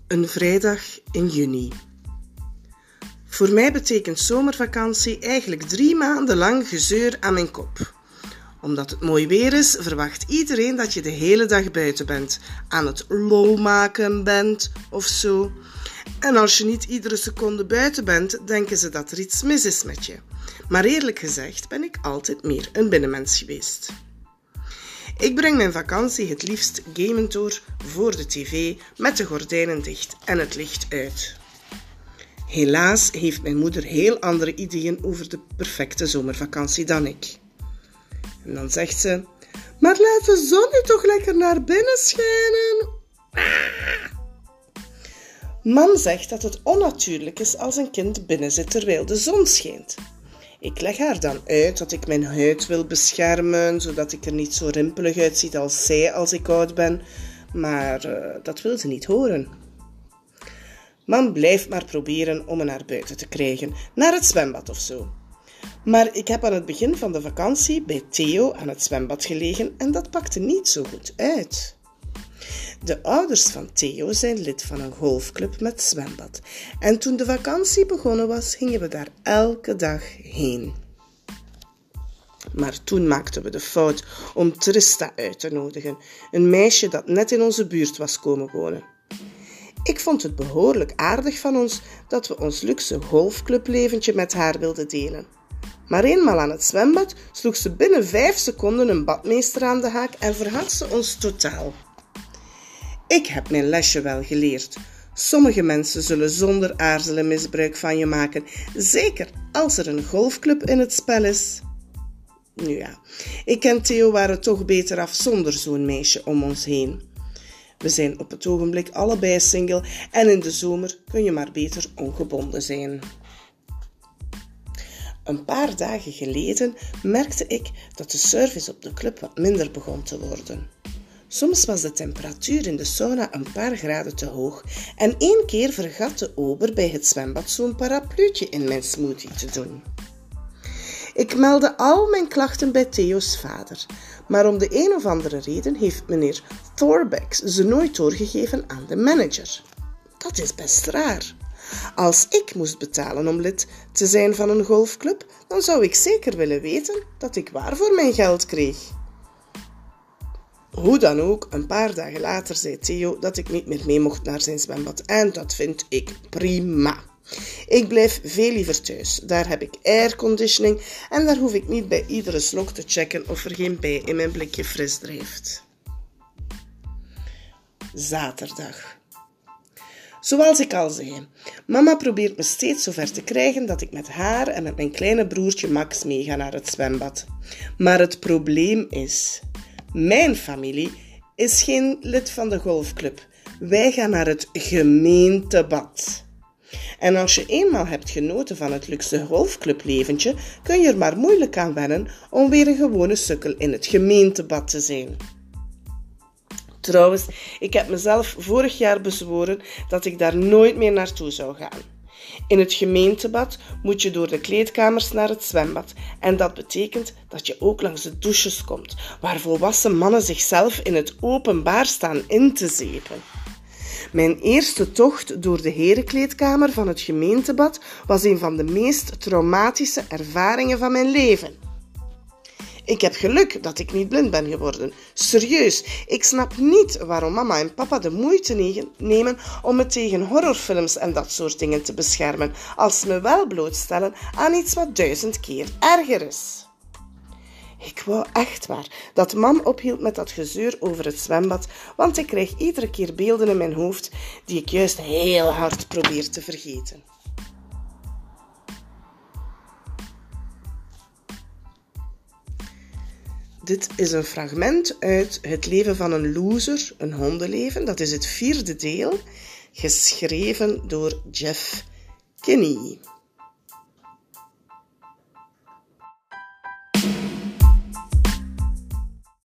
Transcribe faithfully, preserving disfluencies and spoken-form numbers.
Een vrijdag in juni. Voor mij betekent zomervakantie eigenlijk drie maanden lang gezeur aan mijn kop. Omdat het mooi weer is, verwacht iedereen dat je de hele dag buiten bent, aan het lol maken bent of zo. En als je niet iedere seconde buiten bent, denken ze dat er iets mis is met je. Maar eerlijk gezegd ben ik altijd meer een binnenmens geweest. Ik breng mijn vakantie het liefst gamend door voor de tv met de gordijnen dicht en het licht uit. Helaas heeft mijn moeder heel andere ideeën over de perfecte zomervakantie dan ik. En dan zegt ze: maar laat de zon nu toch lekker naar binnen schijnen. Ah. Mam zegt dat het onnatuurlijk is als een kind binnen zit terwijl de zon schijnt. Ik leg haar dan uit dat ik mijn huid wil beschermen, zodat ik er niet zo rimpelig uitzie als zij als ik oud ben, maar uh, dat wil ze niet horen. Mam blijft maar proberen om me naar buiten te krijgen, naar het zwembad of zo. Maar ik heb aan het begin van de vakantie bij Theo aan het zwembad gelegen en dat pakte niet zo goed uit. De ouders van Theo zijn lid van een golfclub met zwembad. En toen de vakantie begonnen was, gingen we daar elke dag heen. Maar toen maakten we de fout om Trista uit te nodigen, een meisje dat net in onze buurt was komen wonen. Ik vond het behoorlijk aardig van ons dat we ons luxe golfclubleventje met haar wilden delen. Maar eenmaal aan het zwembad sloeg ze binnen vijf seconden een badmeester aan de haak en verhad ze ons totaal. Ik heb mijn lesje wel geleerd. Sommige mensen zullen zonder aarzelen misbruik van je maken, zeker als er een golfclub in het spel is. Nu ja, ik en Theo waren toch beter af zonder zo'n meisje om ons heen. We zijn op het ogenblik allebei single en in de zomer kun je maar beter ongebonden zijn. Een paar dagen geleden merkte ik dat de service op de club wat minder begon te worden. Soms was de temperatuur in de sauna een paar graden te hoog en één keer vergat de ober bij het zwembad zo'n parapluutje in mijn smoothie te doen. Ik meldde al mijn klachten bij Theo's vader, maar om de een of andere reden heeft meneer Thorbeck ze nooit doorgegeven aan de manager. Dat is best raar. Als ik moest betalen om lid te zijn van een golfclub, dan zou ik zeker willen weten dat ik waar voor mijn geld kreeg. Hoe dan ook, een paar dagen later zei Theo dat ik niet meer mee mocht naar zijn zwembad en dat vind ik prima. Ik blijf veel liever thuis. Daar heb ik airconditioning en daar hoef ik niet bij iedere slok te checken of er geen bij in mijn blikje fris drijft. Zaterdag. Zoals ik al zei, mama probeert me steeds zover te krijgen dat ik met haar en met mijn kleine broertje Max meega naar het zwembad. Maar het probleem is, mijn familie is geen lid van de golfclub. Wij gaan naar het gemeentebad. En als je eenmaal hebt genoten van het luxe golfclubleventje, kun je er maar moeilijk aan wennen om weer een gewone sukkel in het gemeentebad te zijn. Trouwens, ik heb mezelf vorig jaar bezworen dat ik daar nooit meer naartoe zou gaan. In het gemeentebad moet je door de kleedkamers naar het zwembad en dat betekent dat je ook langs de douches komt, waar volwassen mannen zichzelf in het openbaar staan in te zeepen. Mijn eerste tocht door de herenkleedkamer van het gemeentebad was een van de meest traumatische ervaringen van mijn leven. Ik heb geluk dat ik niet blind ben geworden. Serieus, ik snap niet waarom mama en papa de moeite nemen om me tegen horrorfilms en dat soort dingen te beschermen, als ze me wel blootstellen aan iets wat duizend keer erger is. Ik wou echt waar dat mam ophield met dat gezeur over het zwembad, want ik krijg iedere keer beelden in mijn hoofd die ik juist heel hard probeer te vergeten. Dit is een fragment uit Het leven van een loser, een hondenleven. Dat is het vierde deel, geschreven door Jeff Kinney.